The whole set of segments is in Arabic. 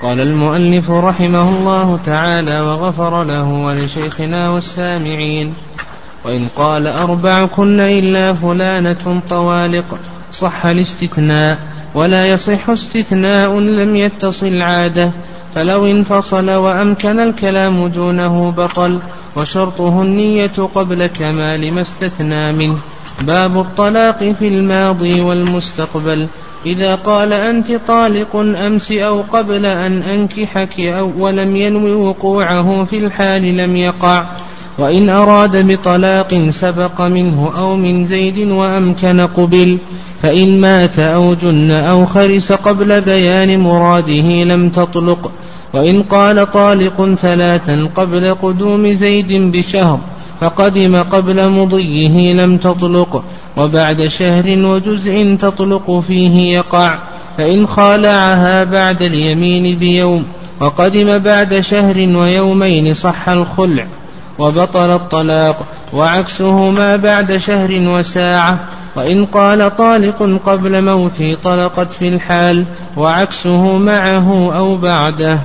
قال المؤلف رحمه الله تعالى وغفر له ولشيخنا والسامعين: وإن قال 4 كن إلا فلانة طوالق صح الاستثناء، ولا يصح استثناء لم يتصل عادة، فلو انفصل وأمكن الكلام دونه بطل، وشرطه النية قبل كمال ما استثنى منه. باب الطلاق في الماضي والمستقبل: إذا قال أنت طالق أمس أو قبل أن أنكحك ولم ينوي وقوعه في الحال لم يقع. وإن أراد بطلاق سبق منه أو من زيد وأمكن قبل، فإن مات أو جن أو خرس قبل بيان مراده لم تطلق. وإن قال طالق 3 قبل قدوم زيد بشهر فقدم قبل مضيه لم تطلق، وبعد شهر وجزء تطلق فيه يقع. فإن خالعها بعد اليمين بيوم وقدم بعد شهر ويومين صح الخلع وبطل الطلاق، وعكسه ما بعد شهر وساعة. وإن قال طالق قبل موتي طلقت في الحال، وعكسه معه أو بعده.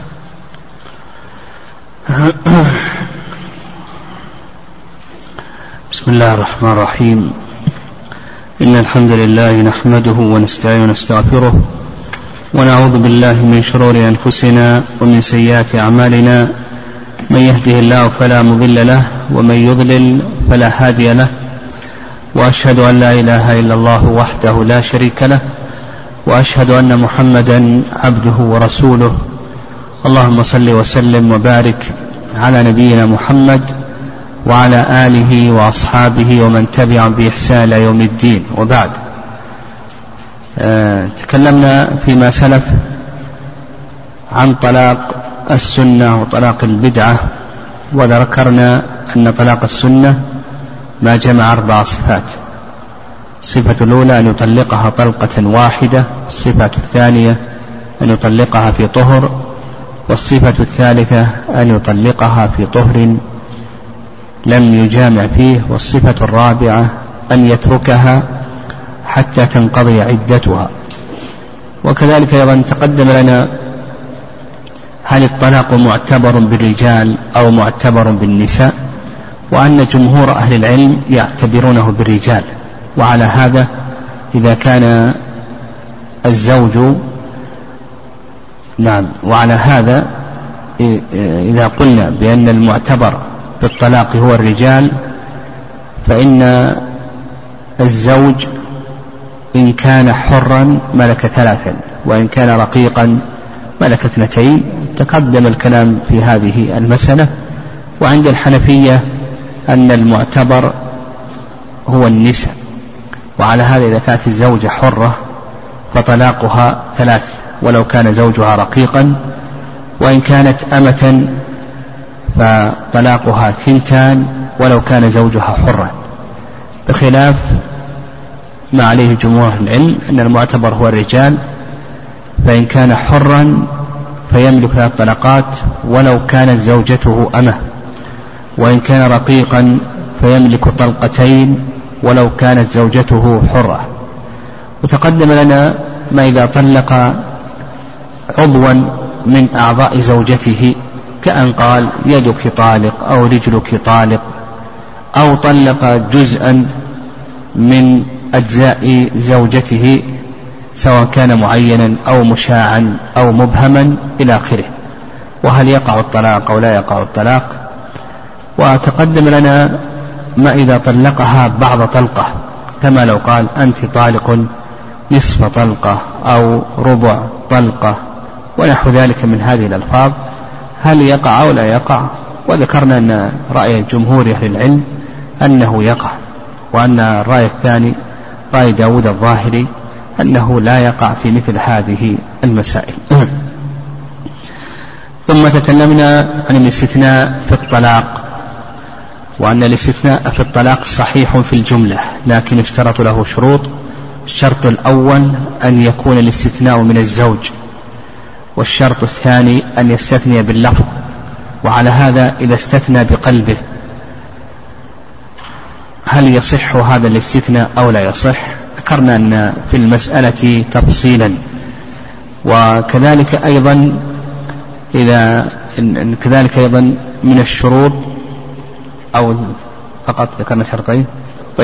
بسم الله الرحمن الرحيم. إن الحمد لله نحمده ونستعين ونستغفره، ونعوذ بالله من شرور أنفسنا ومن سيئات أعمالنا، من يهده الله فلا مضل له ومن يضلل فلا هادي له، وأشهد أن لا إله إلا الله وحده لا شريك له، وأشهد أن محمدا عبده ورسوله. اللهم صل وسلم وبارك على نبينا محمد وعلى آله وأصحابه ومن تبع بإحسان إلى يوم الدين، وبعد. تكلمنا فيما سلف عن طلاق السنة وطلاق البدعة، وذكرنا أن طلاق السنة ما جمع 4 صفات: الصفة الأولى أن يطلقها طلقة واحدة، الصفة الثانية أن يطلقها في طهر، والصفة الثالثة أن يطلقها في طهر لم يجامع فيه، والصفة الرابعة أن يتركها حتى تنقضي عدتها. وكذلك أيضا تقدم لنا هل الطلاق معتبر بالرجال أو معتبر بالنساء، وأن جمهور أهل العلم يعتبرونه بالرجال. وعلى هذا إذا كان الزوج وعلى هذا إذا قلنا بأن المعتبر بالطلاق هو الرجال، فإن الزوج إن كان حرا ملك 3، وإن كان رقيقا ملك 2. تقدم الكلام في هذه المسألة. وعند الحنفية أن المعتبر هو النساء، وعلى هذا إذا كانت الزوجة حرة فطلاقها 3 ولو كان زوجها رقيقا، وإن كانت أمة فطلاقها 2 ولو كان زوجها حرا، بخلاف ما عليه جمهور العلم أن المعتبر هو الرجال، فإن كان حرا فيملك 3 طلقات ولو كانت زوجته أمة، وإن كان رقيقا فيملك 2 طلقات ولو كانت زوجته حرة. وتقدم لنا ما إذا طلق عضوا من أعضاء زوجته، كأن قال يدك طالق أو رجلك طالق، أو طلق جزءا من أجزاء زوجته سواء كان معينا أو مشاعا أو مبهما إلى آخره، وهل يقع الطلاق أو لا يقع الطلاق. وتقدم لنا ما إذا طلقها بعض طلقة، كما لو قال أنت طالق نصف طلقة أو ربع طلقة ونحو ذلك من هذه الألفاظ، هل يقع أو لا يقع. وذكرنا أن رأي جمهور أهل العلم أنه يقع، وأن الرأي الثاني رأي داود الظاهري أنه لا يقع في مثل هذه المسائل. ثم تكلمنا عن الاستثناء في الطلاق، وأن الاستثناء في الطلاق صحيح في الجملة، لكن اشترط له شروط. الشرط الأول أن يكون الاستثناء من الزوج، والشرط الثاني أن يستثني باللفظ. وعلى هذا إذا استثنى بقلبه هل يصح هذا الاستثناء أو لا يصح؟ ذكرنا أن في المسألة تفصيلا. وكذلك أيضا إذا كذلك أيضا من الشروط أو فقط ذكرنا شرطين. طيب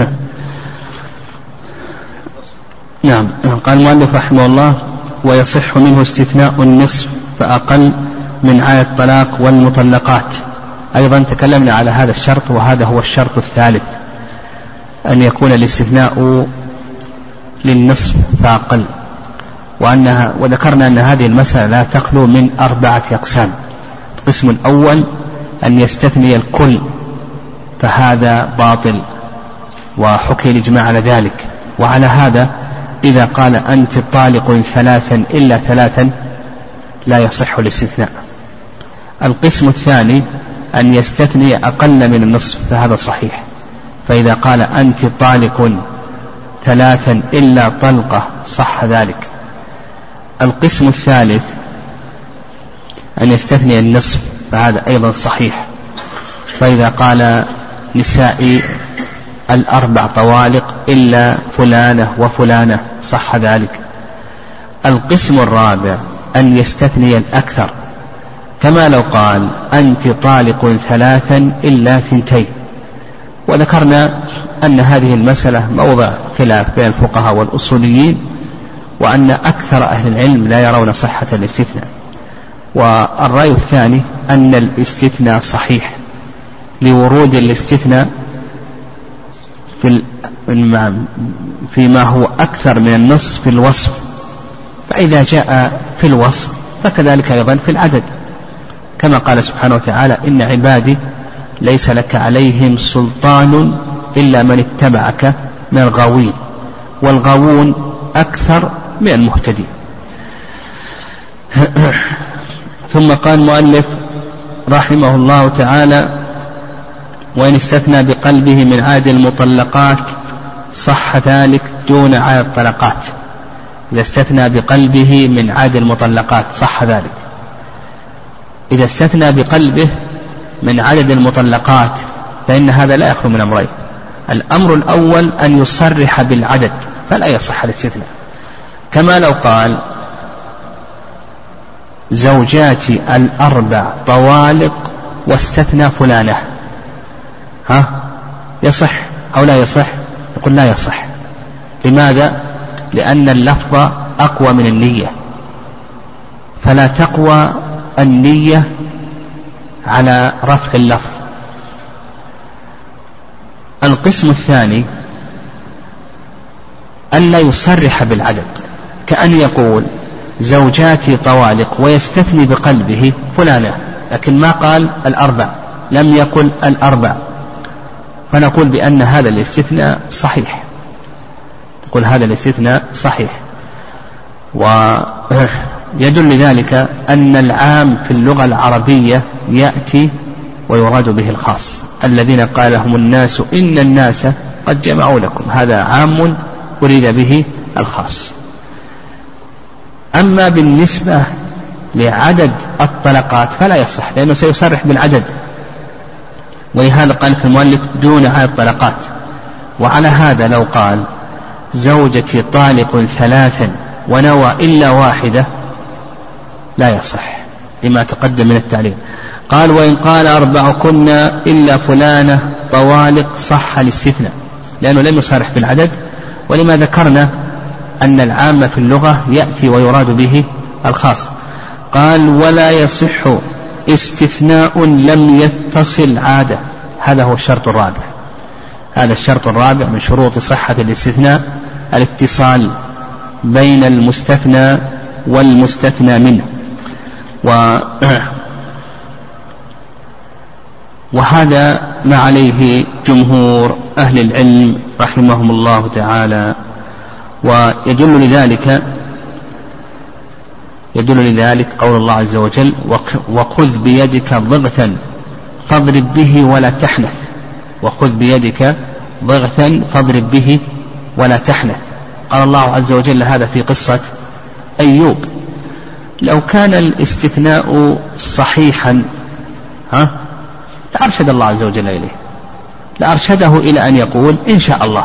نعم. قال المؤلف رحمه الله: ويصح منه استثناء النصف فأقل من عادة الطلاق والمطلقات. أيضا تكلمنا على هذا الشرط، وهذا هو الشرط الثالث، أن يكون الاستثناء للنصف فأقل، وذكرنا أن هذه المسألة لا تخلو من 4 أقسام. القسم الأول أن يستثني الكل، فهذا باطل وحكي الإجماع على ذلك، وعلى هذا إذا قال أنت طالق 3 إلا 3 لا يصح الاستثناء. القسم الثاني أن يستثني أقل من النصف، فهذا صحيح، فإذا قال أنت طالق 3 إلا طلقة صح ذلك. القسم الثالث أن يستثني النصف، فهذا أيضا صحيح، فإذا قال نسائي 4 طوالق إلا فلانة وفلانة صح ذلك. القسم الرابع أن يستثني الأكثر، كما لو قال أنت طالق 3 إلا 2، وذكرنا أن هذه المسألة موضع خلاف بين الفقهاء والأصوليين، وأن أكثر أهل العلم لا يرون صحة الاستثناء. والرأي الثاني أن الاستثناء صحيح لورود الاستثناء فيما هو أكثر من النصف في الوصف، فإذا جاء في الوصف فكذلك أيضا في العدد، كما قال سبحانه وتعالى: إن عبادي ليس لك عليهم سلطان إلا من اتبعك من الغاوين، والغاوون أكثر من المهتدين. ثم قال المؤلف رحمه الله تعالى: وإن استثنى بقلبه من عدد المطلقات صح ذلك دون عدد الطلقات. إذا استثنى بقلبه من عدد المطلقات صح ذلك. إذا استثنى بقلبه من عدد المطلقات فإن هذا لا يخلو من أمرين: الأمر الأول أن يصرح بالعدد فلا يصح الاستثناء، كما لو قال زوجاتي 4 طوالق واستثنى فلانة، يصح أو لا يصح؟ يقول لا يصح. لماذا؟ لأن اللفظ أقوى من النية، فلا تقوى النية على رفع اللفظ. القسم الثاني أن لا يصرح بالعدد، كأن يقول زوجاتي طوالق ويستثني بقلبه فلانة، لكن ما قال 4، لم يقل 4، فنقول بأن هذا الاستثناء صحيح، نقول هذا الاستثناء صحيح. ويدل لذلك أن العام في اللغة العربية يأتي ويراد به الخاص. الذين قال لهم الناس إن الناس قد جمعوا لكم، هذا عام أريد به الخاص. أما بالنسبة لعدد الطلقات فلا يصح، لأنه سيصرح بالعدد، ولهذا قال في المؤلف دون عدد الطلقات. وعلى هذا لو قال زوجتي طالق 3 ونوى إلا 1 لا يصح لما تقدم من التعليل. قال وإن قال 4 كنا إلا فلانة طوالق صح الاستثناء، لأنه لم يصرح بالعدد، ولما ذكرنا أن العام في اللغة يأتي ويراد به الخاص. قال ولا يصح استثناء لم يتصل عادة، هذا هو الشرط الرابع. هذا الشرط الرابع من شروط صحة الاستثناء، الاتصال بين المستثنى والمستثنى منه. وهذا ما عليه جمهور أهل العلم رحمهم الله تعالى. ويدل لذلك قول الله عز وجل وخذ بيدك ضغثا فاضرب به ولا تحنث، وخذ بيدك ضغثا فاضرب به ولا تحنث. قال الله عز وجل هذا في قصة أيوب. لو كان الاستثناء صحيحا لأرشد الله عز وجل إليه، لأرشده إلى أن يقول إن شاء الله،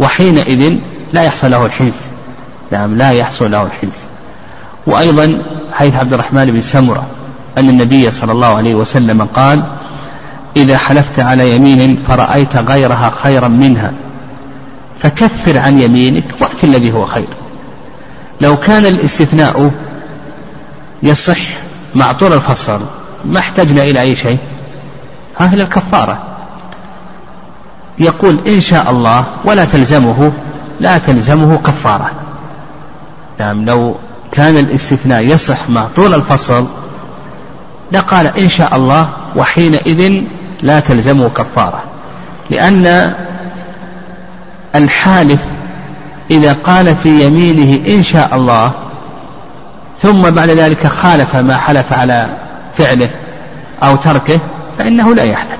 وحينئذ لا يحصل له الحنث. نعم لا يحصل له الحنث. وأيضا حديث عبد الرحمن بن سمرة أن النبي صلى الله عليه وسلم قال: إذا حلفت على يمين فرأيت غيرها خيرا منها فكفر عن يمينك وقت الذي هو خير. لو كان الاستثناء يصح مع طول الفصل ما احتجنا إلى أي شيء، إلى الكفارة. يقول إن شاء الله ولا تلزمه كفارة. نعم، لو كان الاستثناء يصح مع طول الفصل لقال إن شاء الله، وحينئذ لا تلزمه كفارة، لأن الحالف إذا قال في يمينه إن شاء الله ثم بعد ذلك خالف ما حلف على فعله أو تركه فإنه لا يحلف.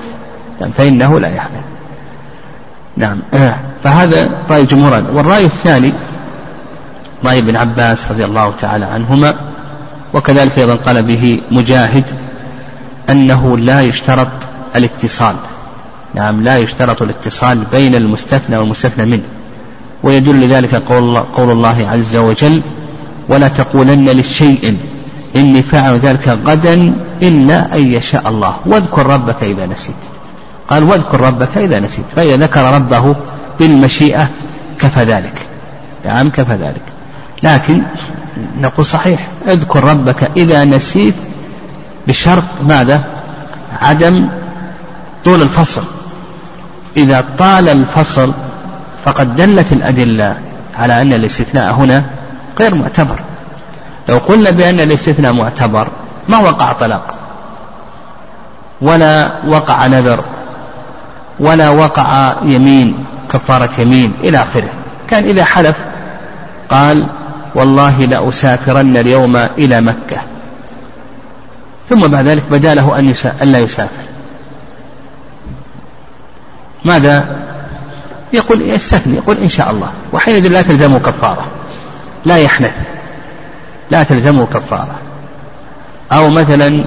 نعم، فهذا رأي الجمهور. والرأي الثاني رأي ابن عباس رضي الله تعالى عنهما، وكذلك أيضا قال به مجاهد، أنه لا يشترط الاتصال. نعم، لا يشترط الاتصال بين المستثنى والمستثنى منه. ويدل لذلك قول الله عز وجل: ولا تقولن للشيء إني فاعل ذلك غدا إلا أن يشاء الله واذكر ربك إذا نسيت. قال: واذكر ربك إذا نسيت، فإذا ذكر ربه بالمشيئة كفى ذلك. نعم، كفى ذلك. لكن نقول صحيح اذكر ربك إذا نسيت بشرط ماذا؟ عدم طول الفصل. إذا طال الفصل فقد دلت الأدلة على أن الاستثناء هنا غير معتبر. لو قلنا بأن الاستثناء معتبر ما وقع طلاق ولا وقع نذر ولا وقع يمين كفارة يمين إلى آخره. كان إذا حلف قال: والله لأسافرن اليوم إلى مكة، ثم بعد ذلك بدا له أن لا يسافر، ماذا يقول؟ يستثني، يقول إن شاء الله، وحينئذ لا تلزمه كفارة، لا يحنث، لا تلزمه كفارة. أو مثلا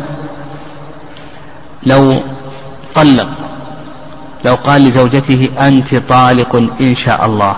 لو طلق، لو قال لزوجته أنت طالق إن شاء الله،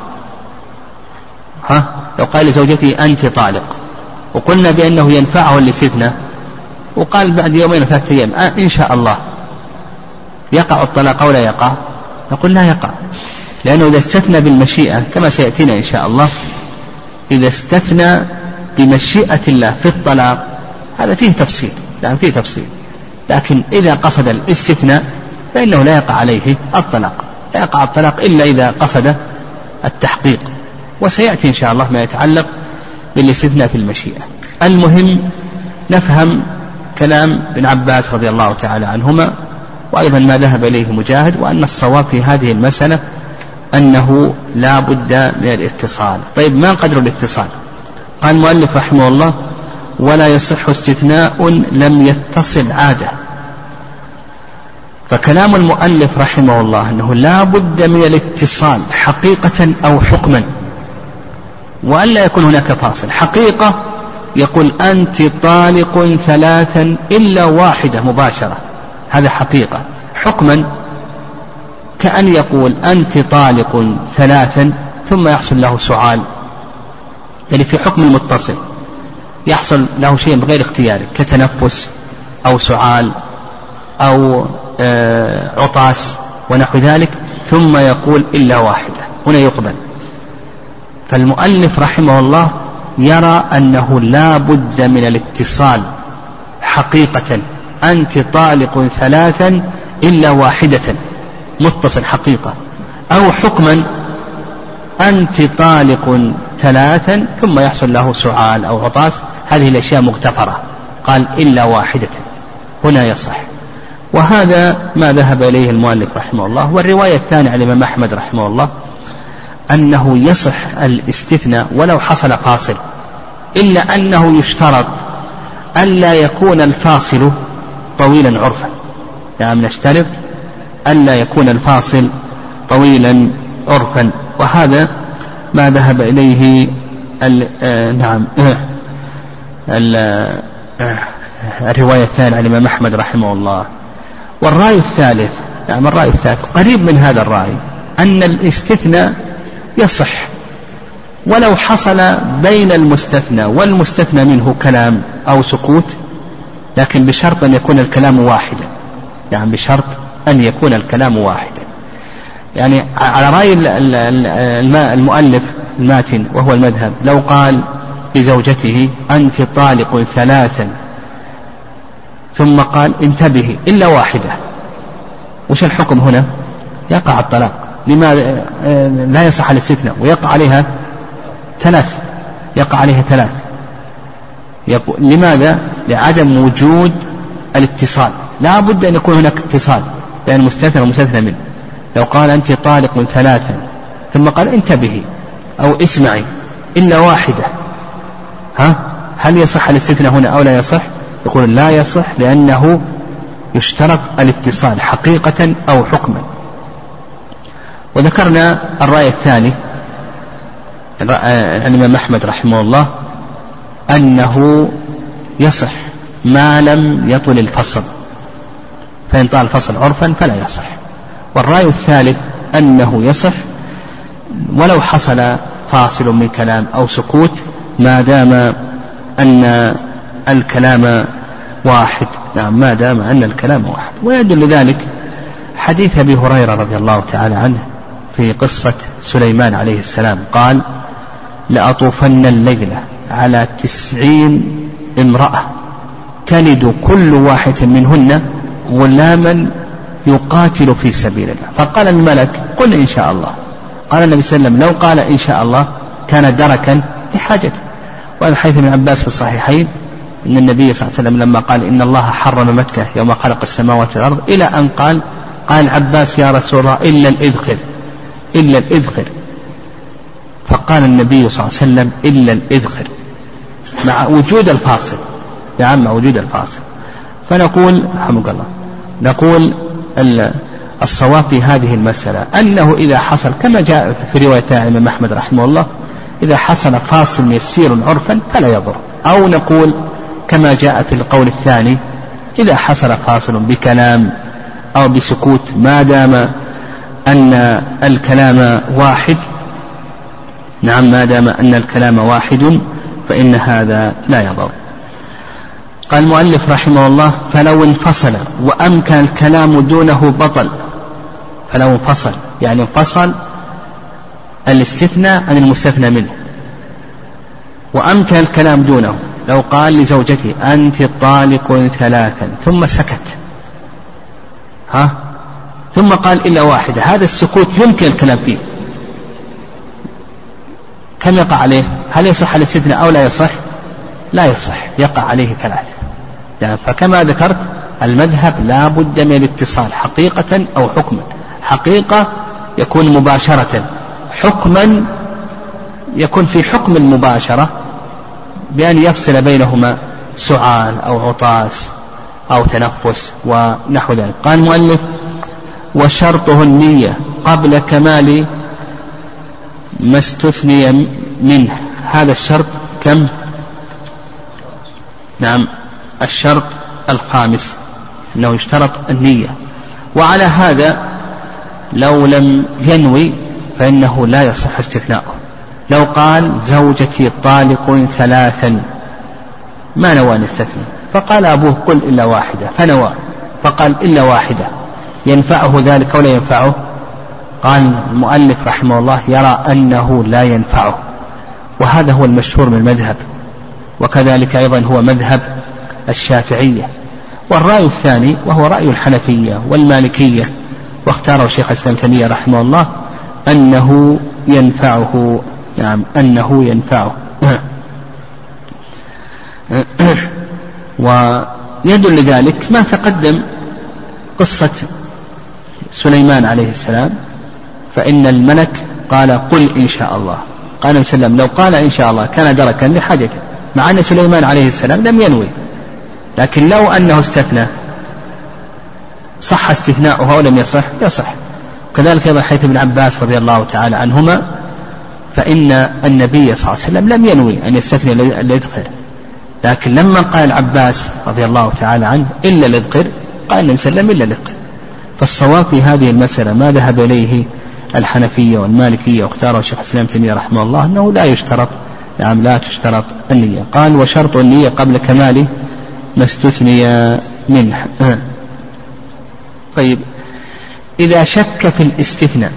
لو قال لزوجته أنت طالق وقلنا بأنه ينفعه الاستثناء، وقال بعد يومين 3 أيام إن شاء الله، يقع الطلاق أو لا يقع؟ نقول لا يقع، لأنه إذا استثنى بالمشيئة كما سيأتينا إن شاء الله، إذا استثنى بمشيئة الله في الطلاق هذا فيه تفصيل، يعني فيه تفصيل. لكن إذا قصد الاستثناء فإنه لا يقع عليه الطلاق، لا يقع الطلاق إلا إذا قصد التحقيق، وسيأتي إن شاء الله ما يتعلق بالاستثناء في المشيئة. المهم نفهم كلام ابن عباس رضي الله تعالى عنهما، وأيضا ما ذهب إليه مجاهد، وأن الصواب في هذه المسألة أنه لا بد من الاتصال. طيب، ما قدر الاتصال؟ قال المؤلف رحمه الله: ولا يصح استثناء لم يتصل عادة. فكلام المؤلف رحمه الله أنه لا بد من الاتصال حقيقة أو حكما، وألا يكون هناك فاصل. حقيقة يقول أنت طالق 3 إلا واحدة مباشرة، هذا حقيقة. حكما كأن يقول أنت طالق 3 ثم يحصل له سعال، يعني في حكم المتصل يحصل له شيء بغير اختياره كتنفس أو سعال أو عطاس ونحو ذلك، ثم يقول إلا واحدة، هنا يقبل. فالمؤلف رحمه الله يرى أنه لا بد من الاتصال حقيقة، أنت طالق 3 إلا واحدة، متصل حقيقة. أو حكما أنت طالق 3 ثم يحصل له سعال أو عطاس، هذه الأشياء مغتفرة، قال إلا واحدة، هنا يصح. وهذا ما ذهب إليه المؤلف رحمه الله. والرواية الثانية عن الإمام أحمد رحمه الله أنه يصح الاستثناء ولو حصل فاصل، إلا أنه يشترط ألا يكون الفاصل طويلا عرفا. يعني نشترط ألا يكون الفاصل طويلا عرفا، وهذا ما ذهب إليه الرواية الثانية عن الإمام أحمد رحمه الله. والرأي الثالث، يعني الرأي الثالث قريب من هذا الرأي، أن الاستثناء يصح ولو حصل بين المستثنى والمستثنى منه كلام أو سكوت، لكن بشرط أن يكون الكلام واحدا، يعني بشرط أن يكون الكلام واحدا. يعني على رأي المؤلف الماتن وهو المذهب، لو قال لزوجته أنت طالق 3 ثم قال انتبهي إلا واحدة، وش الحكم هنا؟ يقع الطلاق. لماذا لا يصح الاستثناء ويقع عليها 3؟ يقع عليها 3. لماذا؟ لعدم وجود الاتصال. لا بد أن يكون هناك اتصال بين المستثنى والمستثنى منه. لو قال أنت طالق 3 ثم قال انتبهي أو اسمعي إلا واحدة، هل يصح الاستثناء هنا أو لا يصح؟ يقول لا يصح، لأنه يشترط الاتصال حقيقة أو حكما. وذكرنا الرأي الثاني الإمام أحمد رحمه الله أنه يصح ما لم يطل الفصل، فإن طال الفصل عرفا فلا يصح. والرأي الثالث أنه يصح ولو حصل فاصل من كلام أو سكوت ما دام أن الكلام واحد. نعم، ما دام أن الكلام واحد. ويدل لذلك حديث أبي هريرة رضي الله تعالى عنه في قصة سليمان عليه السلام، قال لأطوفن الليلة على 90 امرأة تلد كل واحد منهن غلاما يقاتل في سبيل الله. فقال الملك قل إن شاء الله. قال النبي صلى الله عليه وسلم لو قال إن شاء الله كان دركا لحاجته. وعن حديث ابن عباس في الصحيحين إن النبي صلى الله عليه وسلم لما قال إن الله حرم مكة يوم خلق السماوات والأرض إلى أن قال عباس يا رسول الله إلا الإذخر. فقال النبي صلى الله عليه وسلم إلا الإذخر مع وجود الفاصل. نعم، مع وجود الفاصل. فنقول رحمك الله، نقول الصواب في هذه المسألة أنه إذا حصل كما جاء في رواية الإمام أحمد رحمه الله إذا حصل فاصل يسير عرفا فلا يضر، أو نقول كما جاء في القول الثاني إذا حصل فاصل بكلام أو بسكوت ما دام أن الكلام واحد. نعم، ما دام أن الكلام واحد فإن هذا لا يضر. قال المؤلف رحمه الله فلو انفصل وأمكن الكلام دونه بطل. فلو انفصل يعني انفصل الاستثناء عن المستثنى منه وأمكن الكلام دونه. لو قال لزوجته أنت طالق 3 ثم سكت ثم قال إلا واحدة، هذا السكوت يمكن الكلام فيه، كم يقع عليه؟ هل يصح الاستثناء أو لا يصح؟ لا يصح، يقع عليه 3. يعني فكما ذكرت المذهب لا بد من الاتصال حقيقة أو حكما. حقيقة يكون مباشرة، حكما يكون في حكم المباشرة بأن يفصل بينهما سعال أو عطاس أو تنفس ونحو ذلك. قال المؤلف وشرطه النية قبل كمال ما استثني منه. هذا الشرط كم؟ نعم، الشرط الخامس أنه يشترط النية. وعلى هذا لو لم ينوي فإنه لا يصح استثناؤه. لو قال زوجتي طالق 3 ما نوى أن يستثني، فقال أبوه قل إلا واحدة فنوى فقال إلا واحدة، ينفعه ذلك أو لا ينفعه؟ قال المؤلف رحمه الله يرى أنه لا ينفعه، وهذا هو المشهور من المذهب، وكذلك أيضا هو مذهب الشافعية. والرأي الثاني وهو رأي الحنفية والمالكية واختاره شيخ الإسلام ابن تيمية رحمه الله أنه ينفعه. نعم، أنه ينفعه. ويدل لذلك ما تقدم قصة سليمان عليه السلام، فإن الملك قال قل إن شاء الله. قال النبي صلى الله عليه وسلم لو قال إن شاء الله كان دركا لحاجته، مع أن سليمان عليه السلام لم ينوي، لكن لو أنه استثنى صح استثناؤه أو لم يصح؟ يصح. كذلك أيضا حديث ابن عباس رضي الله تعالى عنهما، فإن النبي صلى الله عليه وسلم لم ينوي أن يستثني الإذخر، لكن لما قال العباس رضي الله تعالى عنه إلا الإذخر قال النبي صلى الله عليه وسلم إلا الإذخر. فالصواب في هذه المسألة ما ذهب إليه الحنفية والمالكية واختاره الشيخ الإسلام ابن تيمية رحمه الله أنه لا يشترط نعم لا تشترط النية. قال وشرط النية قبل كمال ما استثني منه. طيب إذا شك في الاستثناء،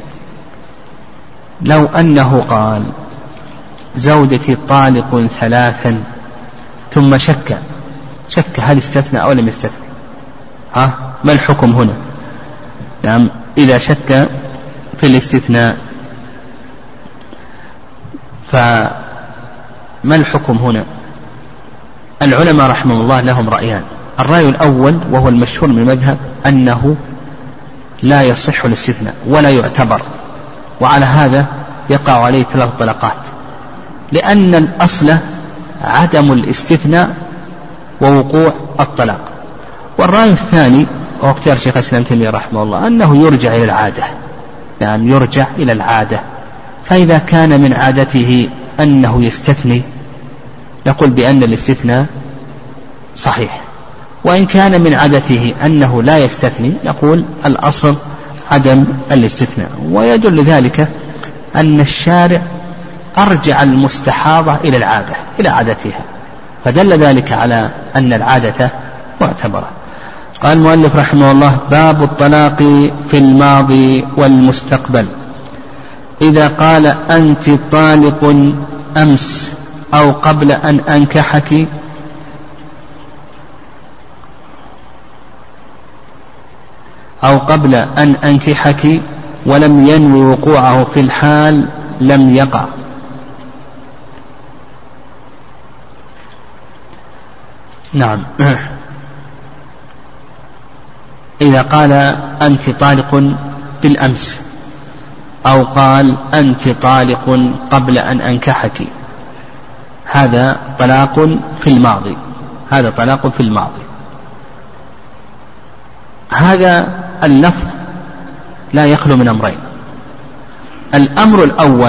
لو أنه قال زوجتي طالق 3 ثم شك هل استثنى أو لم يستثنى، ما الحكم هنا؟ نعم إذا شك في الاستثناء فما الحكم هنا؟ العلماء رحمه الله لهم رأيان. الرأي الأول وهو المشهور من المذهب أنه لا يصح الاستثناء ولا يعتبر، وعلى هذا يقع عليه 3 طلقات، لأن الأصل عدم الاستثناء ووقوع الطلاق. والرأي الثاني وهو اختيار شيخ الإسلام تيمية رحمه الله أنه يرجع إلى العادة، يعني يرجع إلى العادة. فإذا كان من عادته أنه يستثني نقول بأن الاستثناء صحيح، وإن كان من عادته أنه لا يستثني نقول الأصل عدم الاستثناء. ويدل ذلك أن الشارع أرجع المستحاضة إلى العادة، إلى عادتها، فدل ذلك على أن العادة معتبرة. قال المؤلف رحمه الله باب الطلاق في الماضي والمستقبل. إذا قال أنت طالق أمس أو قبل أن أنكحك ولم ينوي وقوعه في الحال لم يقع. نعم إذا قال أنت طالق بالأمس أو قال أنت طالق قبل أن أنكحك، هذا طلاق في الماضي، هذا طلاق في الماضي. هذا اللفظ لا يخلو من أمرين. الأمر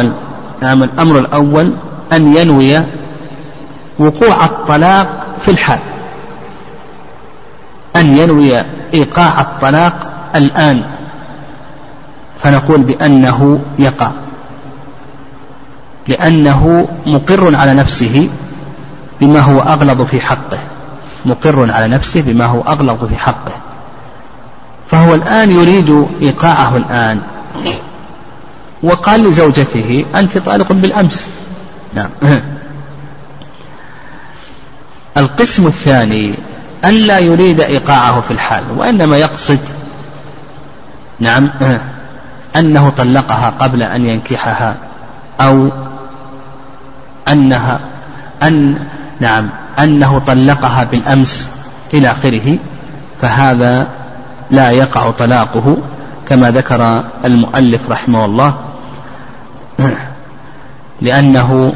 الأول أن ينوي وقوع الطلاق في الحال، أن ينوي إيقاع الطلاق الآن، فنقول بأنه يقع، لأنه مقر على نفسه بما هو أغلظ في حقه، مقر على نفسه بما هو أغلظ في حقه، فهو الآن يريد إيقاعه الآن، وقال لزوجته أنت طالق بالأمس. نعم. القسم الثاني أن لا يريد إيقاعه في الحال، وإنما يقصد نعم أنه طلقها قبل أن ينكحها، أو أنه طلقها بالأمس إلى آخره، فهذا لا يقع طلاقه كما ذكر المؤلف رحمه الله، لأنه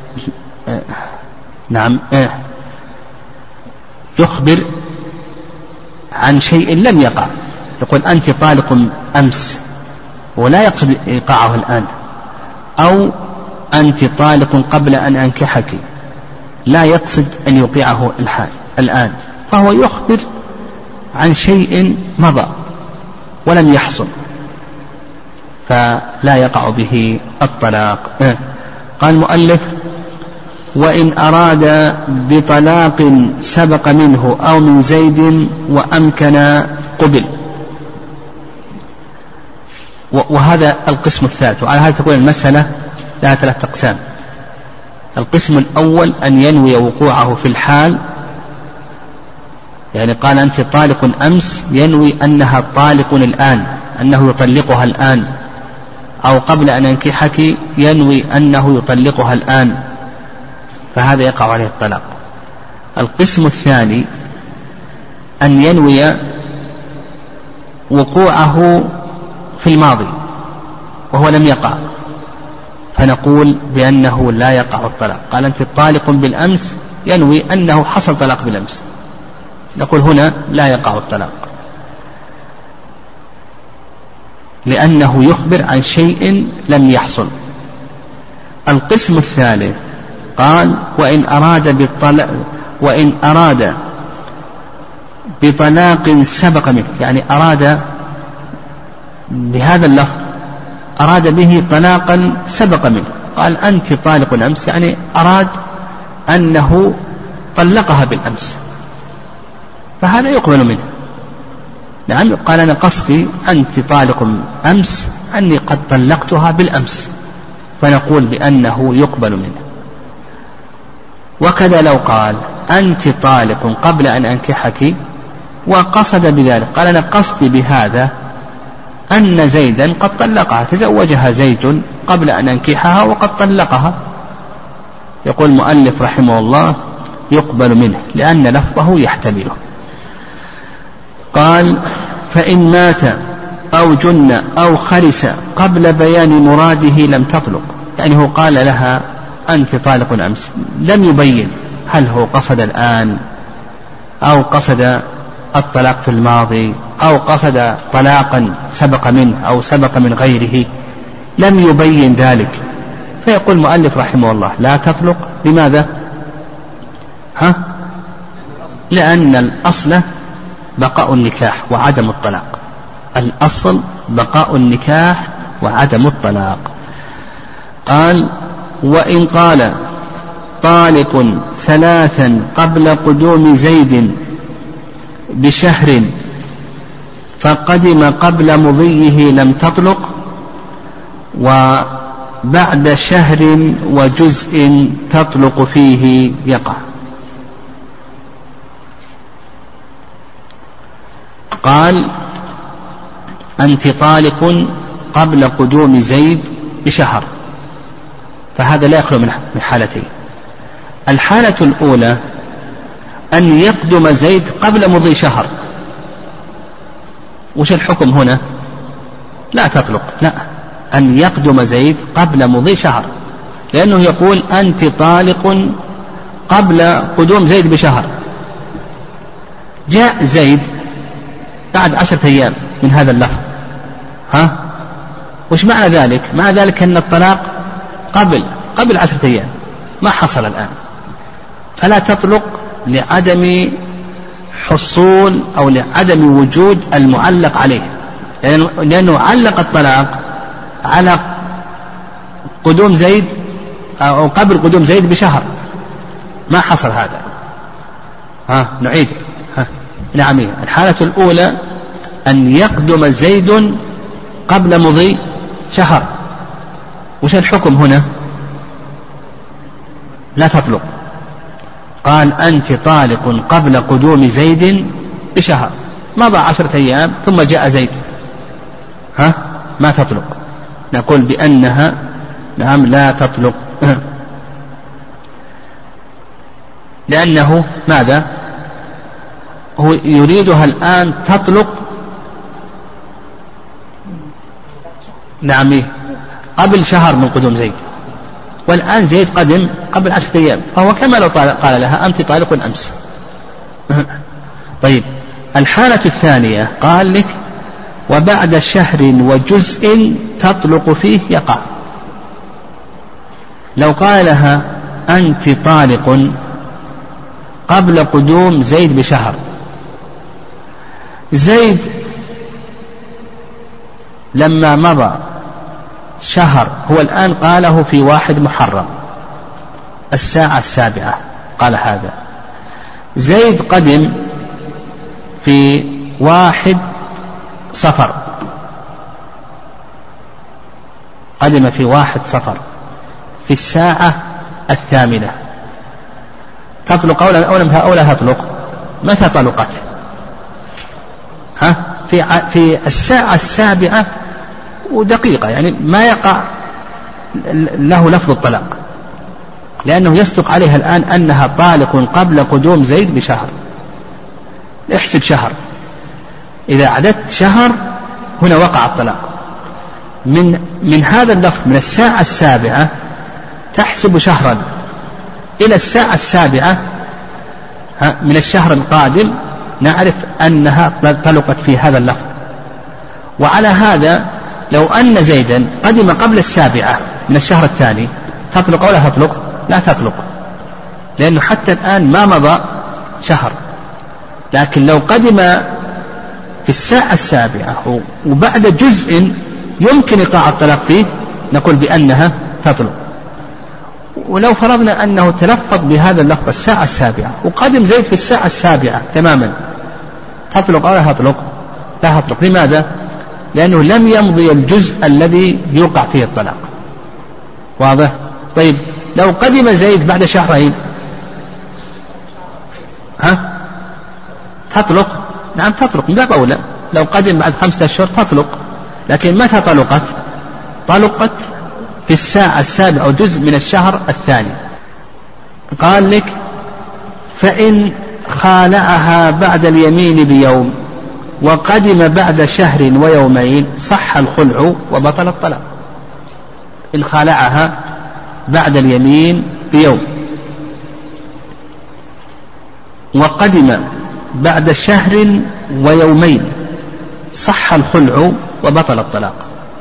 يخبر عن شيء لم يقع. يقول أنت طالق أمس ولا يقصد إيقاعه الآن، أو أنت طالق قبل أن أنكحك لا يقصد أن يوقعه الآن، فهو يخبر عن شيء مضى ولم يحصل، فلا يقع به الطلاق. قال المؤلف وإن أراد بطلاق سبق منه أو من زيد وأمكن قبل. وهذا القسم الثالث، وعلى هذا تكون المسألة لها 3 أقسام. القسم الأول أن ينوي وقوعه في الحال، يعني قال أنت طالق أمس ينوي أنها طالق الآن، أنه يطلقها الآن، أو قبل أن ينكحك ينوي أنه يطلقها الآن، فهذا يقع عليه الطلاق. القسم الثاني أن ينوي وقوعه في الماضي وهو لم يقع، فنقول بأنه لا يقع الطلاق. قال أنت طالق بالأمس ينوي أنه حصل طلاق بالأمس، نقول هنا لا يقع الطلاق، لأنه يخبر عن شيء لم يحصل. القسم الثالث قال وإن أراد بطلاق سبق منه، يعني أراد بهذا اللفظ أراد به طلاقا سبق منه، قال أنت طالق أمس، يعني أراد أنه طلقها بالأمس، فهذا يقبل منه. نعم، قال أنا قصدي أنت طالق أمس، أني قد طلقتها بالأمس، فنقول بأنه يقبل منه. وكذا لو قال أنت طالق قبل أن أنكحك وقصد بذلك، قال أنا قصدي بهذا أن زيدا قد طلقها، تزوجها زيد قبل أن أنكحها وقد طلقها، يقول المؤلف رحمه الله يقبل منه لأن لفظه يحتمله. قال فإن مات أو جن أو خرس قبل بيان مراده لم تطلق، يعني هو قال لها أنت طالق أمس، لم يبين هل هو قصد الآن أو قصد الطلاق في الماضي أو قصد طلاقا سبق منه أو سبق من غيره، لم يبين ذلك، فيقول المؤلف رحمه الله لا تطلق. لماذا؟ لأن الأصل بقاء النكاح وعدم الطلاق، الأصل بقاء النكاح وعدم الطلاق. قال وإن قال طالق ثلاثا قبل قدوم زيد بشهر فقدم قبل مضيه لم تطلق، وبعد شهر وجزء تطلق فيه يقع. قال أنت طالق قبل قدوم زيد بشهر، فهذا لا يخلو من حالتين. الحالة الأولى أن يقدم زيد قبل مضي شهر، وش الحكم هنا؟ لا تطلق، لا، أن يقدم زيد قبل مضي شهر، لأنه يقول أنت طالق قبل قدوم زيد بشهر. جاء زيد بعد 10 أيام من هذا اللفظ، وش معنى ذلك؟ معنى ذلك أن الطلاق قبل 10 أيام، ما حصل الآن، فلا تطلق لعدم حصول أو لعدم وجود المعلق عليه، لأنه علق الطلاق على قدوم زيد أو قبل قدوم زيد بشهر، ما حصل هذا. نعيد. نعم، الحالة الأولى أن يقدم زيد قبل مضي شهر، وش الحكم هنا؟ لا تطلق. قال أنت طالق قبل قدوم زيد بشهر، مضى 10 أيام ثم جاء زيد، ما تطلق، نقول بأنها نعم لا تطلق، لأنه ماذا؟ هو يريدها الآن تطلق نعم قبل شهر من قدوم زيد، والآن زيد قدم قبل 10 أيام، فهو كما لو قال لها أنت طالق أمس. طيب، الحالة الثانية قال لك وبعد شهر وجزء تطلق فيه يقع. لو قال لها أنت طالق قبل قدوم زيد بشهر، زيد لما مضى شهر، هو الآن قاله في 1 محرم الساعة 7 قال هذا، زيد قدم في 1 صفر، قدم في 1 صفر في الساعة 8، تطلق أو لا تطلق؟ متى طلقت؟ في الساعة 7 ودقيقة، يعني ما يقع له لفظ الطلاق، لأنه يصدق عليها الآن أنها طالق قبل قدوم زيد بشهر. احسب شهر، إذا عددت شهر هنا وقع الطلاق. من هذا اللفظ من الساعة 7 تحسب شهرا إلى الساعة 7 من الشهر القادم، نعرف أنها طلقت في هذا اللفظ. وعلى هذا لو أن زيدا قدم قبل 7 من الشهر الثاني تطلق أو لا تطلق؟ لا تطلق، لأنه حتى الآن ما مضى شهر. لكن لو قدم في الساعة 7 وبعد جزء يمكن إيقاع الطلاق فيه، نقول بأنها تطلق. ولو فرضنا أنه تلفظ بهذا اللفظ الساعة السابعة وقدم زيد في الساعة السابعة تماما، تطلق أو لا تطلق؟ لا تطلق. لماذا؟ لأنه لم يمضي الجزء الذي يوقع فيه الطلاق. واضح؟ طيب لو قدم زيد بعد شهرين تطلق؟ نعم تطلق من باب أولى. لو قدم بعد 5 أشهر تطلق، لكن متى طلقت؟ طلقت في الساعة السابعة أو جزء من الشهر الثاني. قال لك فإن خالعها بعد اليمين بيوم وقدم بعد شهر ويومين صح الخلع وبطل الطلاق. إن خالعها بعد اليمين بيوم وقدم بعد شهر ويومين صح الخلع وبطل الطلاق.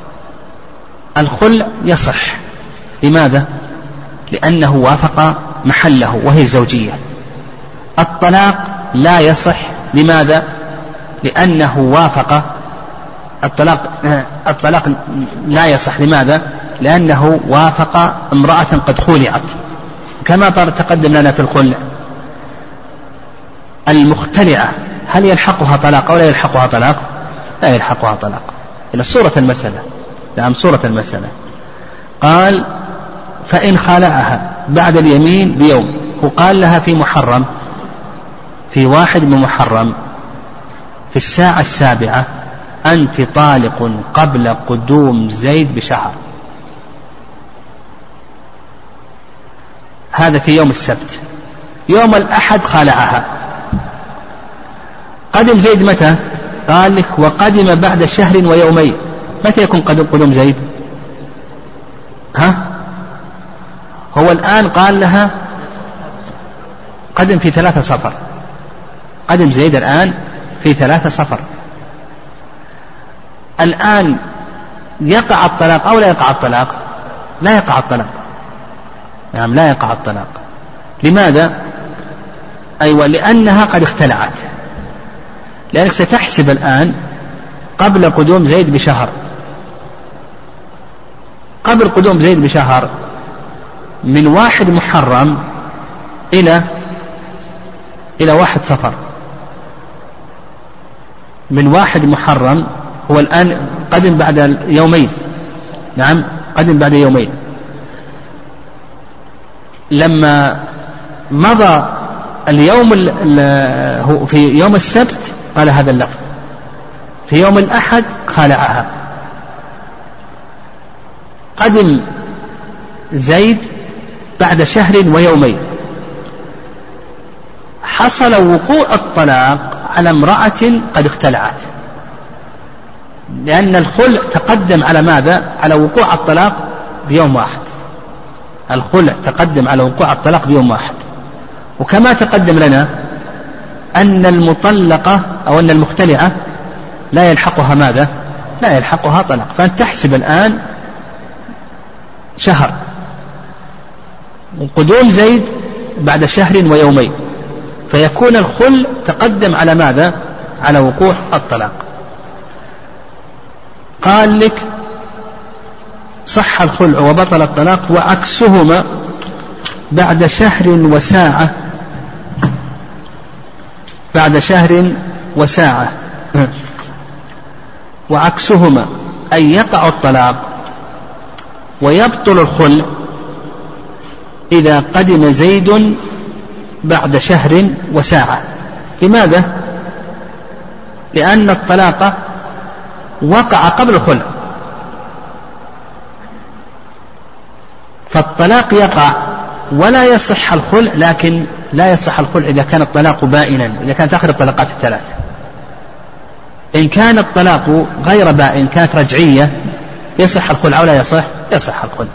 الخلع يصح. لماذا؟ لأنه وافق محله وهي الزوجية. الطلاق لا يصح. لماذا؟ لأنه وافق الطلاق لا يصح. لماذا؟ لأنه وافق امرأة قد خلعت، كما تقدم لنا في الخلع. المختلعة هل يلحقها طلاق أو لا يلحقها طلاق؟ لا يلحقها طلاق. إلى صورة المسألة. نعم صورة المسألة. قال فإن خالعها بعد اليمين بيوم، وقال لها في محرم، في 1 من محرم في الساعة السابعة أنت طالق قبل قدوم زيد بشهر. هذا في يوم السبت. يوم الأحد خالعها. قدم زيد متى؟ قال لك وقدم بعد شهر ويومين. متى يكون قدوم زيد؟ هو الآن قال لها قدم في 3 صفر. قدم زيد الآن في 3 صفر. الآن يقع الطلاق أو لا يقع الطلاق؟ لا يقع الطلاق. نعم لا يقع الطلاق. لماذا؟ أيوة لأنها قد اختلعت. لأنك ستحسب الآن قبل قدوم زيد بشهر. قبل قدوم زيد بشهر من 1 محرم إلى 1 صفر. من 1 محرم هو الآن قدم بعد يومين. نعم قدم بعد يومين. لما مضى اليوم في يوم السبت قال هذا اللفظ، في يوم الأحد خالعها. قدم زيد بعد شهر ويومين. حصل وقوع الطلاق على امرأة قد اختلعت، لأن الخلع تقدم على ماذا؟ على وقوع الطلاق بيوم واحد. الخلع تقدم على وقوع الطلاق بيوم واحد. وكما تقدم لنا أن المطلقة أو أن المختلعة لا يلحقها ماذا؟ لا يلحقها طلاق. فأنت تحسب الآن شهر، وقدوم زيد بعد شهر ويومين، فيكون الخلع تقدم على ماذا؟ على وقوع الطلاق. قال لك صح الخلع وبطل الطلاق، وعكسهما بعد شهر وساعة. بعد شهر وساعة. وعكسهما أن يقع الطلاق ويبطل الخلع إذا قدم زيد بعد شهر وساعة. لماذا؟ لأن الطلاق وقع قبل الخلع، فالطلاق يقع ولا يصح الخلع، لكن لا يصح الخلع إذا كان الطلاق بائنا، إذا كانت آخر الطلاقات الثلاث. إن كان الطلاق غير بائن، كانت رجعية، يصح الخلع أو لا يصح؟ يصح الخلع.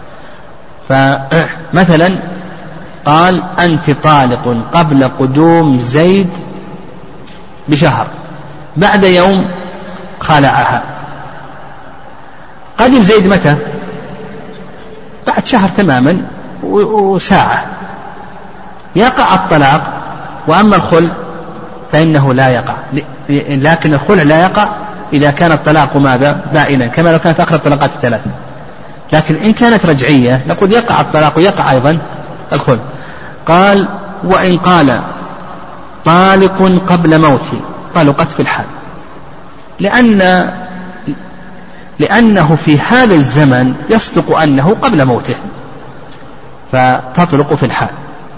فمثلا قال أنت طالق قبل قدوم زيد بشهر، بعد يوم خالعها. قدم زيد متى؟ بعد شهر تماما وساعة. يقع الطلاق. وأما الخلع فإنه لا يقع، لكن الخلع لا يقع إذا كان الطلاق ماذا؟ بائنا، كما لو كانت آخر الطلاقات الثلاث. لكن إن كانت رجعية نقول يقع الطلاق ويقع أيضا الخلع. قال وإن قال طالق قبل موتي طلقت في الحال، لأنه في هذا الزمن يصدق أنه قبل موته فتطلق في الحال.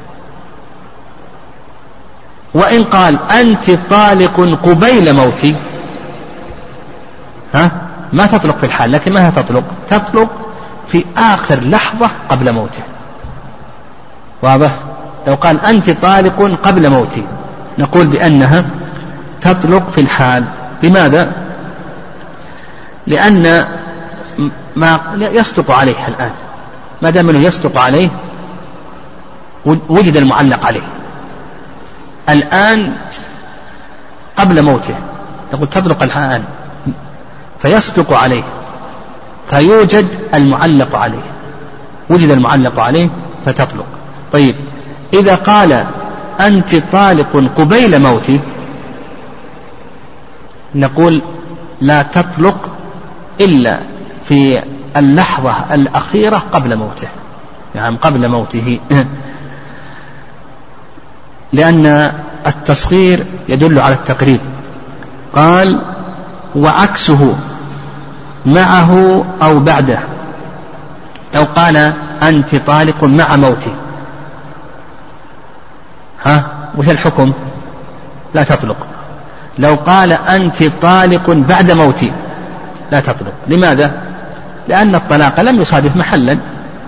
وإن قال أنت طالق قبيل موتي ما تطلق في الحال، لكن ما تطلق في آخر لحظة قبل موته. واضح؟ لو قال أنت طالق قبل موتي نقول بأنها تطلق في الحال. لماذا؟ لأن ما يصدق عليه الآن، ما دام أنه يصدق عليه وجد المعلق عليه الآن قبل موته، نقول تطلق الآن فيصدق عليه فيوجد المعلق عليه، وجد المعلق عليه فتطلق. طيب إذا قال أنت طالق قبيل موتي نقول لا تطلق إلا في اللحظة الأخيرة قبل موته، يعني قبل موته، لأن التصغير يدل على التقريب. قال وعكسه معه أو بعده، لو قال أنت طالق مع موتي وش الحكم؟ لا تطلق. لو قال أنت طالق بعد موتي لا تطلق. لماذا؟ لأن الطلاق لم يصادف محلا،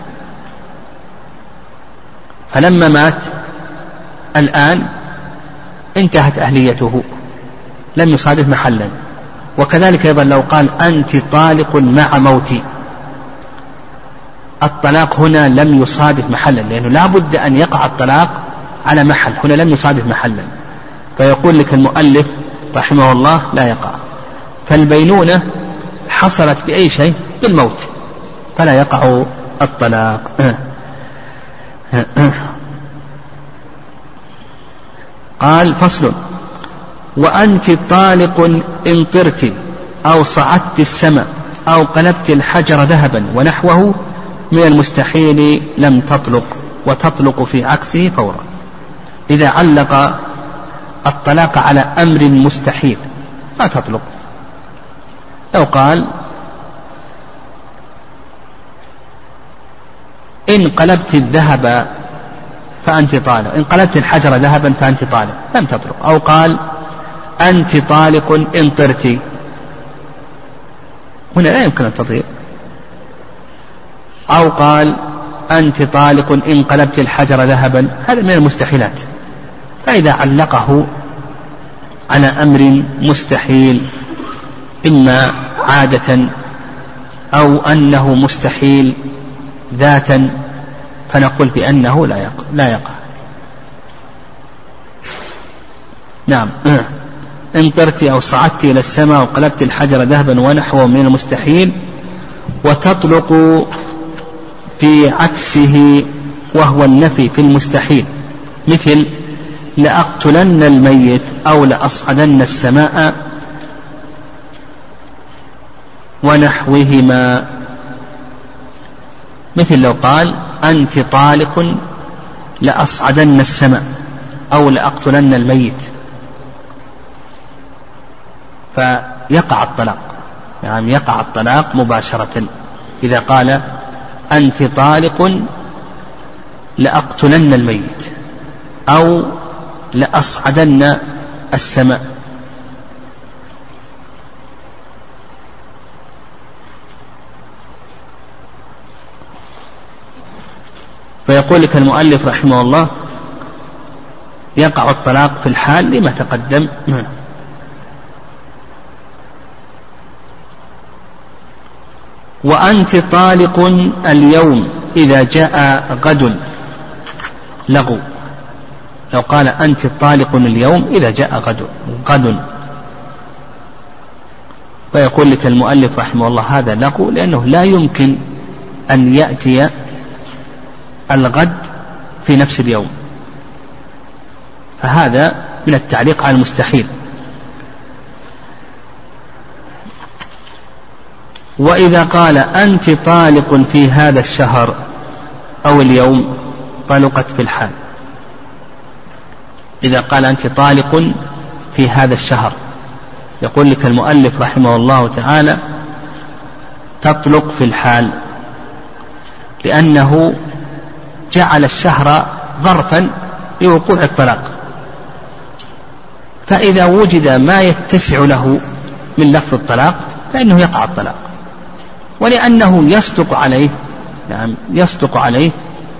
فلما مات الآن انتهت أهليته، لم يصادف محلا. وكذلك أيضا لو قال أنت طالق مع موتي الطلاق هنا لم يصادف محلا، لأنه لا بد أن يقع الطلاق على محل، هنا لم يصادف محلا، فيقول لك المؤلف رحمه الله لا يقع. فالبينونة حصلت بأي شيء؟ بالموت، فلا يقع الطلاق. قال فصل وأنت طالق إن طرت أو صعدت السماء أو قلبت الحجر ذهبا ونحوه من المستحيل لم تطلق، وتطلق في عكسه فورا. إذا علق الطلاق على أمر مستحيل ما تطلق. لو قال إن قلبت الذهب فأنت طالق، إن قلبت الحجر ذهبا فأنت طالق، لم تطلق. أو قال أنت طالق إن طرت، هنا لا يمكن التطليق. أو قال أنت طالق إن قلبت الحجر ذهبا، هذا من المستحيلات. فإذا علقه على أمر مستحيل إما عادة أو أنه مستحيل ذاتا فنقول بأنه لا يقع. نعم. إن طرت أو صعدت إلى السماء وقلبت الحجر ذهبا ونحوه من المستحيل، وتطلق في عكسه وهو النفي في المستحيل، مثل لأقتلن الميت أو لأصعدن السماء ونحوهما. مثل لو قال أنت طالق لأصعدن السماء أو لأقتلن الميت، فيقع الطلاق، يعني يقع الطلاق مباشرة إذا قال أنت طالق لأقتلن الميت أو لأصعدن السماء. فيقول لك المؤلف رحمه الله يقع الطلاق في الحال لما تقدم. وأنت طالق اليوم إذا جاء غد لغو. لو قال أنت طالق اليوم إذا جاء غد، فيقول لك المؤلف رحمه الله هذا لغو، لأنه لا يمكن أن يأتي الغد في نفس اليوم، فهذا من التعليق على المستحيل. وإذا قال أنت طالق في هذا الشهر أو اليوم طلقت في الحال. إذا قال أنت طالق في هذا الشهر، يقول لك المؤلف رحمه الله تعالى تطلق في الحال، لأنه جعل الشهر ظرفا لوقوع الطلاق، فإذا وجد ما يتسع له من لفظ الطلاق فإنه يقع الطلاق. ولأنه يصدق عليه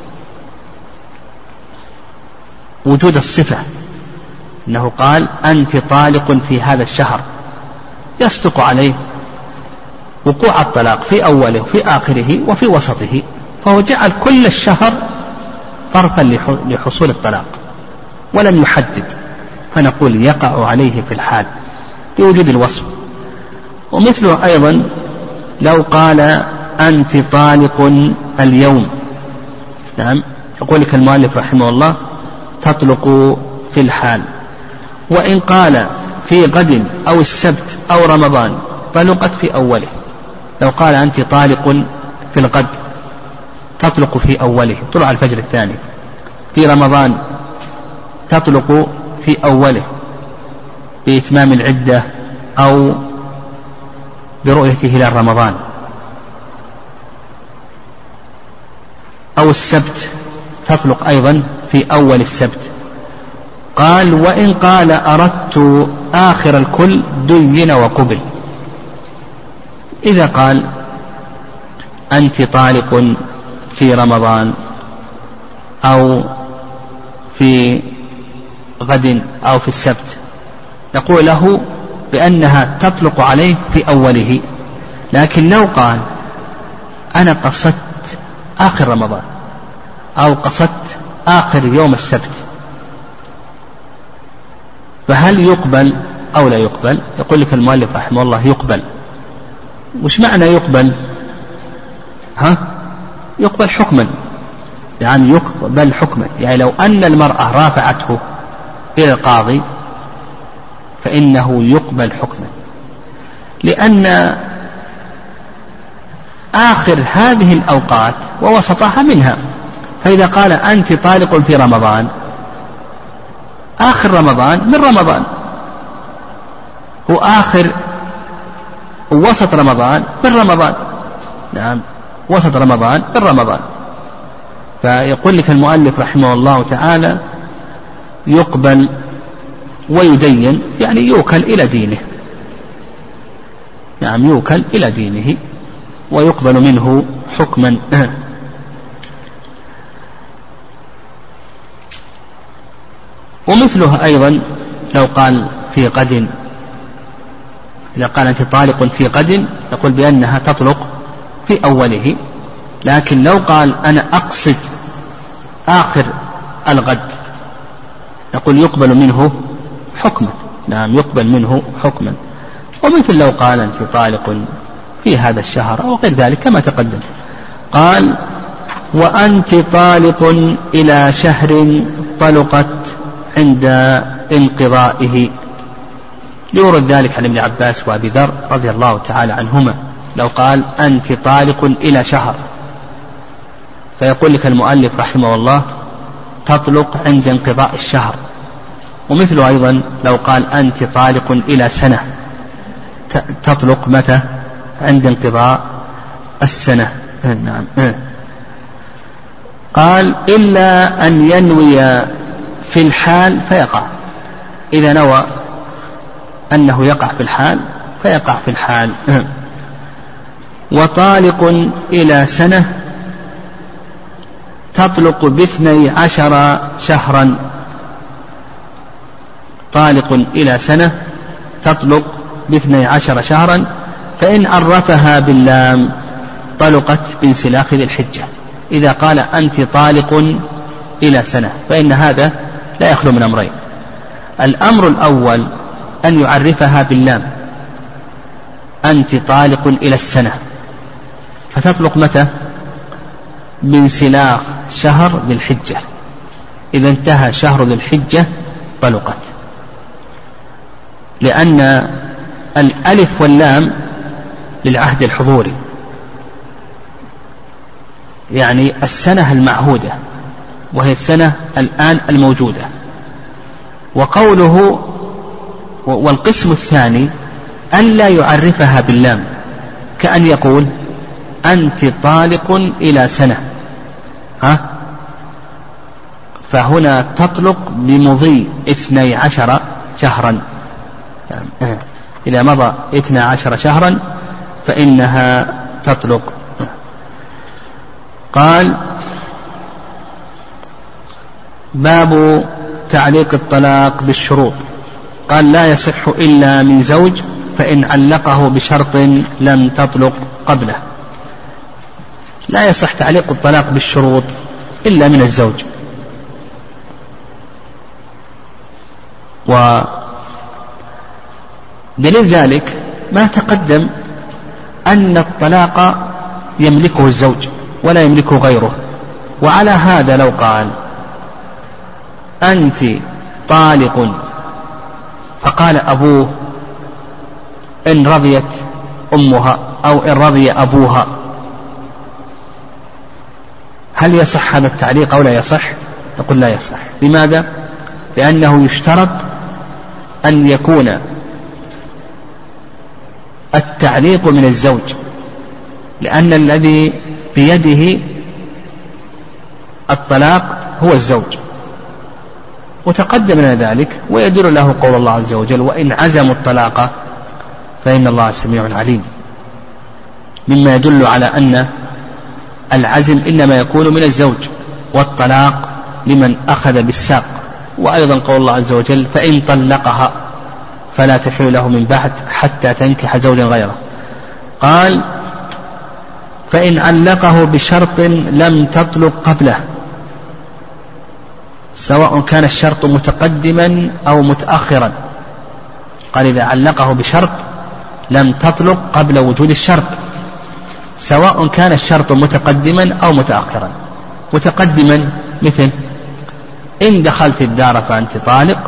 وجود الصفة، أنه قال أنت طالق في هذا الشهر، يصدق عليه وقوع الطلاق في أوله وفي آخره وفي وسطه، فهو جعل كل الشهر ظرفا لحصول الطلاق ولم يحدد، فنقول يقع عليه في الحال بوجود الوصف. ومثله أيضا لو قال أنت طالق اليوم، نعم، يقول لك المؤلف رحمه الله تطلق في الحال. وإن قال في غد أو السبت أو رمضان طلقت في أوله. لو قال أنت طالق في الغد تطلق في أوله طلوع الفجر الثاني، في رمضان تطلق في أوله بإتمام العدة أو برؤية هلال رمضان، أو السبت تطلق أيضا في أول السبت. قال وإن قال أردت آخر الكل دين وقبل. إذا قال أنت طالق في رمضان أو في غد أو في السبت، نقول له بأنها تطلق عليه في أوله. لكن لو قال أنا قصدت آخر رمضان أو قصدت آخر يوم السبت، فهل يقبل أو لا يقبل؟ يقول لك المؤلف رحمه الله يقبل. وش معنى يقبل؟ يقبل حكما، يعني يقبل حكما، يعني لو أن المرأة رافعته إلى القاضي فإنه يقبل حكما، لأن آخر هذه الأوقات ووسطها منها. فإذا قال أنت طالق في رمضان، آخر رمضان من رمضان، وآخر وسط رمضان من رمضان، نعم، وسط رمضان من رمضان. فيقول لك المؤلف رحمه الله تعالى يقبل ويدين، يعني يوكل إلى دينه، نعم، يوكل إلى دينه ويقبل منه حكما. ومثله أيضا لو قال في غد، إذا قال أنت طالق في غد نقول بأنها تطلق في أوله. لكن لو قال أنا أقصد آخر الغد نقول يقبل منه حكما، نعم، يقبل منه حكما. ومثل لو قال أنت طالق في هذا الشهر أو غير ذلك كما تقدم. قال وأنت طالق إلى شهر طلقت عند انقضائه، ليورد ذلك عن ابن عباس وأبي ذر رضي الله تعالى عنهما. لو قال أنت طالق إلى شهر، فيقول لك المؤلف رحمه الله تطلق عند انقضاء الشهر. ومثله أيضا لو قال أنت طالق إلى سنة، تطلق متى؟ عند انقضاء السنة، نعم. قال إلا أن ينوي في الحال فيقع، إذا نوى أنه يقع في الحال فيقع في الحال. وطالق إلى سنة تطلق ب12 شهرا، طالق إلى سنة تطلق ب12 شهرا، فإن عرفها باللام طلقت بانسلاخ ذي الحجة. إذا قال أنت طالق إلى سنة فإن هذا لا يخلو من أمرين. الأمر الأول أن يعرفها باللام، أنت طالق إلى السنة، فتطلق متى؟ بانسلاخ شهر ذي الحجة، إذا انتهى شهر ذي الحجة طلقت، لأن الألف واللام للعهد الحضوري، يعني السنة المعهودة وهي السنة الآن الموجودة. وقوله والقسم الثاني ألا يعرفها باللام، كأن يقول أنت طالق إلى سنة، فهنا تطلق بمضي 12 شهرا، يعني إذا مضى 12 شهرا فإنها تطلق. قال باب تعليق الطلاق بالشروط. قال لا يصح إلا من زوج، فإن علقه بشرط لم تطلق قبله. لا يصح تعليق الطلاق بالشروط إلا من الزوج. ودليل ذلك ما تقدم أن الطلاق يملكه الزوج ولا يملكه غيره. وعلى هذا لو قال أنت طالق، فقال أبوه إن رضيت أمها أو إن رضي أبوها، هل يصح هذا التعليق أو لا يصح؟ نقول لا يصح. لماذا؟ لأنه يشترط أن يكون التعليق من الزوج، لأن الذي بيده الطلاق هو الزوج، وتقدم لنا ذلك. ويدل له قول الله عز وجل وإن عزموا الطلاق فإن الله سميع عليم، مما يدل على أن العزم إنما يكون من الزوج، والطلاق لمن أخذ بالساق. وأيضا قول الله عز وجل فإن طلقها فلا تحل له من بعد حتى تنكح زوجا غيره. قال فإن علقه بشرط لم تطلق قبله، سواء كان الشرط متقدما أو متأخرا. قال إذا علقه بشرط لم تطلق قبل وجود الشرط، سواء كان الشرط متقدما أو متأخرا. متقدما مثل إن دخلت الدار فأنت طالق.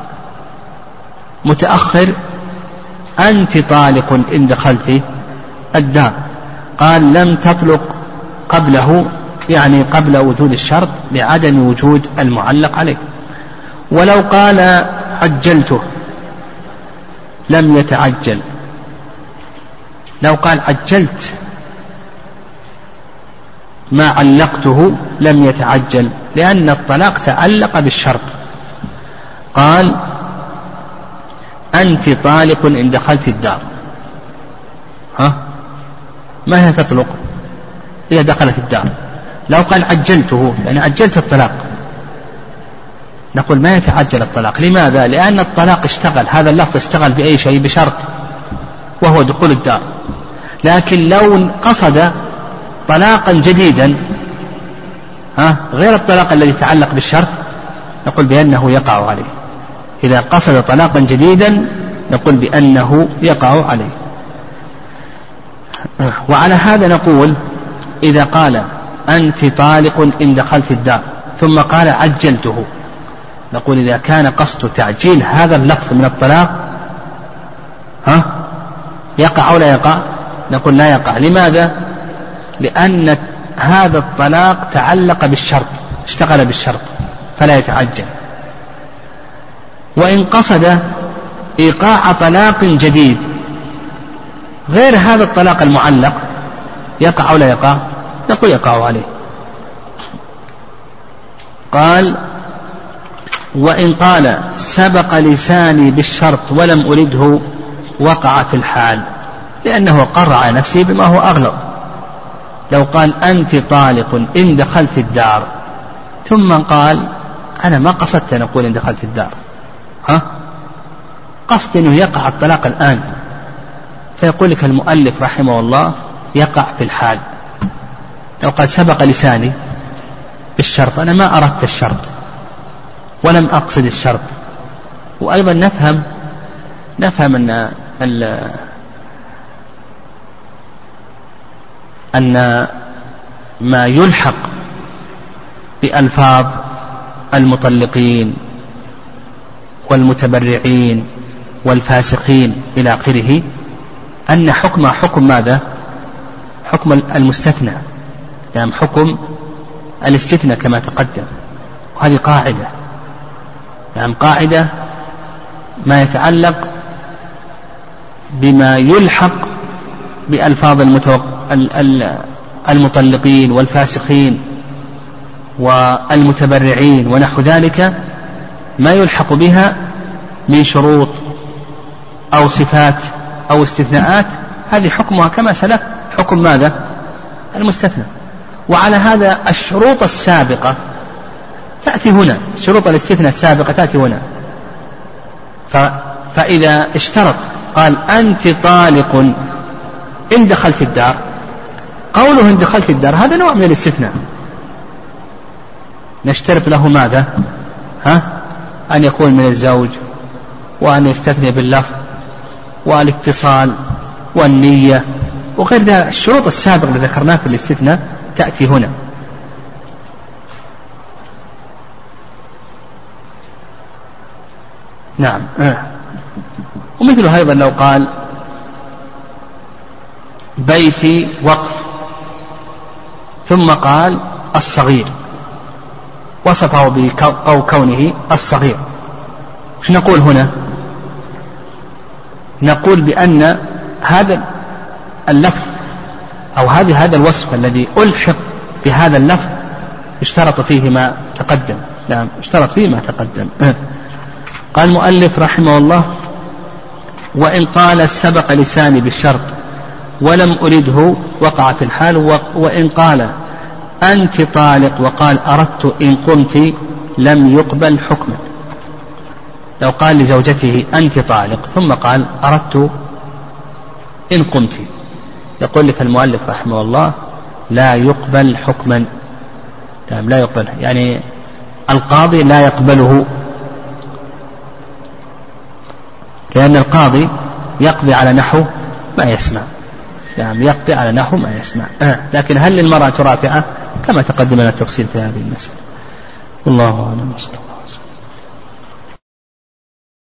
متأخر أنت طالق إن دخلت الدار. قال لم تطلق قبله، يعني قبل وجود الشرط لعدم وجود المعلق عليه. ولو قال عجلته لم يتعجل. لو قال عجلت ما علقته لم يتعجل، لأن الطلاق تعلق بالشرط. قال أنت طالق إن دخلت الدار، ما هي تطلق إذا دخلت الدار. لو قال عجلته يعني عجلت الطلاق، نقول ما يتعجل الطلاق. لماذا؟ لأن الطلاق اشتغل، هذا اللفظ اشتغل بأي شيء؟ بشرط، وهو دخول الدار. لكن لو قصد طلاقا جديدا غير الطلاق الذي تعلق بالشرط، نقول بأنه يقع عليه. إذا قصد طلاقا جديدا نقول بأنه يقع عليه. وعلى هذا نقول إذا قال أنت طالق إن دخلت الدار ثم قال عجلته، نقول إذا كان قصد تعجيل هذا اللفظ من الطلاق يقع أو لا يقع؟ نقول لا يقع. لماذا؟ لأن هذا الطلاق تعلق بالشرط، اشتغل بالشرط فلا يتعجل. وإن قصد إيقاع طلاق جديد غير هذا الطلاق المعلق يقع أو لا يقع؟ نقول يقع عليه. قال وإن قال سبق لساني بالشرط ولم أرده وقع في الحال، لأنه قر على نفسه بما هو أغلظ. لو قال أنت طالق إن دخلت الدار ثم قال أنا ما قصدت أن أقول إن دخلت الدار، قصد أنه يقع الطلاق الآن، فيقول لك المؤلف رحمه الله يقع في الحال. لو قال سبق لساني بالشرط، أنا ما أردت الشرط ولم أقصد الشرط. وأيضا نفهم أن ما يلحق بألفاظ المطلقين والمتبرعين والفاسقين إلى آخره أن حكم حكم ماذا؟ حكم المستثنى، يعني حكم الاستثناء كما تقدم. وهذه قاعدة، يعني قاعدة ما يتعلق بما يلحق بألفاظ المطلقين والفاسخين والمتبرعين ونحو ذلك، ما يلحق بها من شروط أو صفات أو استثناءات، هذه حكمها كما سلف حكم ماذا؟ المستثنى. وعلى هذا الشروط السابقة تأتي هنا، شروط الاستثناء السابقة تأتي هنا. فإذا اشترط قال أنت طالق إن دخلت الدار، قوله إن دخلت الدار هذا نوع من الاستثناء، نشترط له ماذا؟ أن يكون من الزوج، وأن يستثني باللفظ والاتصال والنية وغير ذلك. الشروط السابقة اللي ذكرناها في الاستثناء تأتي هنا. نعم. ومثله أيضا لو قال بيتي وقف ثم قال الصغير، وصفه بكونه الصغير، وش نقول هنا؟ نقول بأن هذا اللفظ أو هذا الوصف الذي ألحق بهذا اللفظ اشترط فيه ما تقدم. نعم، اشترط فيه ما تقدم. قال المؤلف رحمه الله: وإن قال سبق لساني بالشرط ولم أرده وقع في الحال. وإن قال أنت طالق وقال أردت إن قمت لم يقبل حكما. لو قال لزوجته أنت طالق ثم قال أردت إن قمت، يقول لك المؤلف رحمه الله لا يقبل حكما. يعني لا يقبل، يعني القاضي لا يقبله، لأن القاضي يقضي على نحو ما يسمع. يعني يقضي على نحو ما يسمع. لكن هل للمرأة رافعة؟ كما تقدم لنا التفصيل في هذه المسألة. والله أعلم.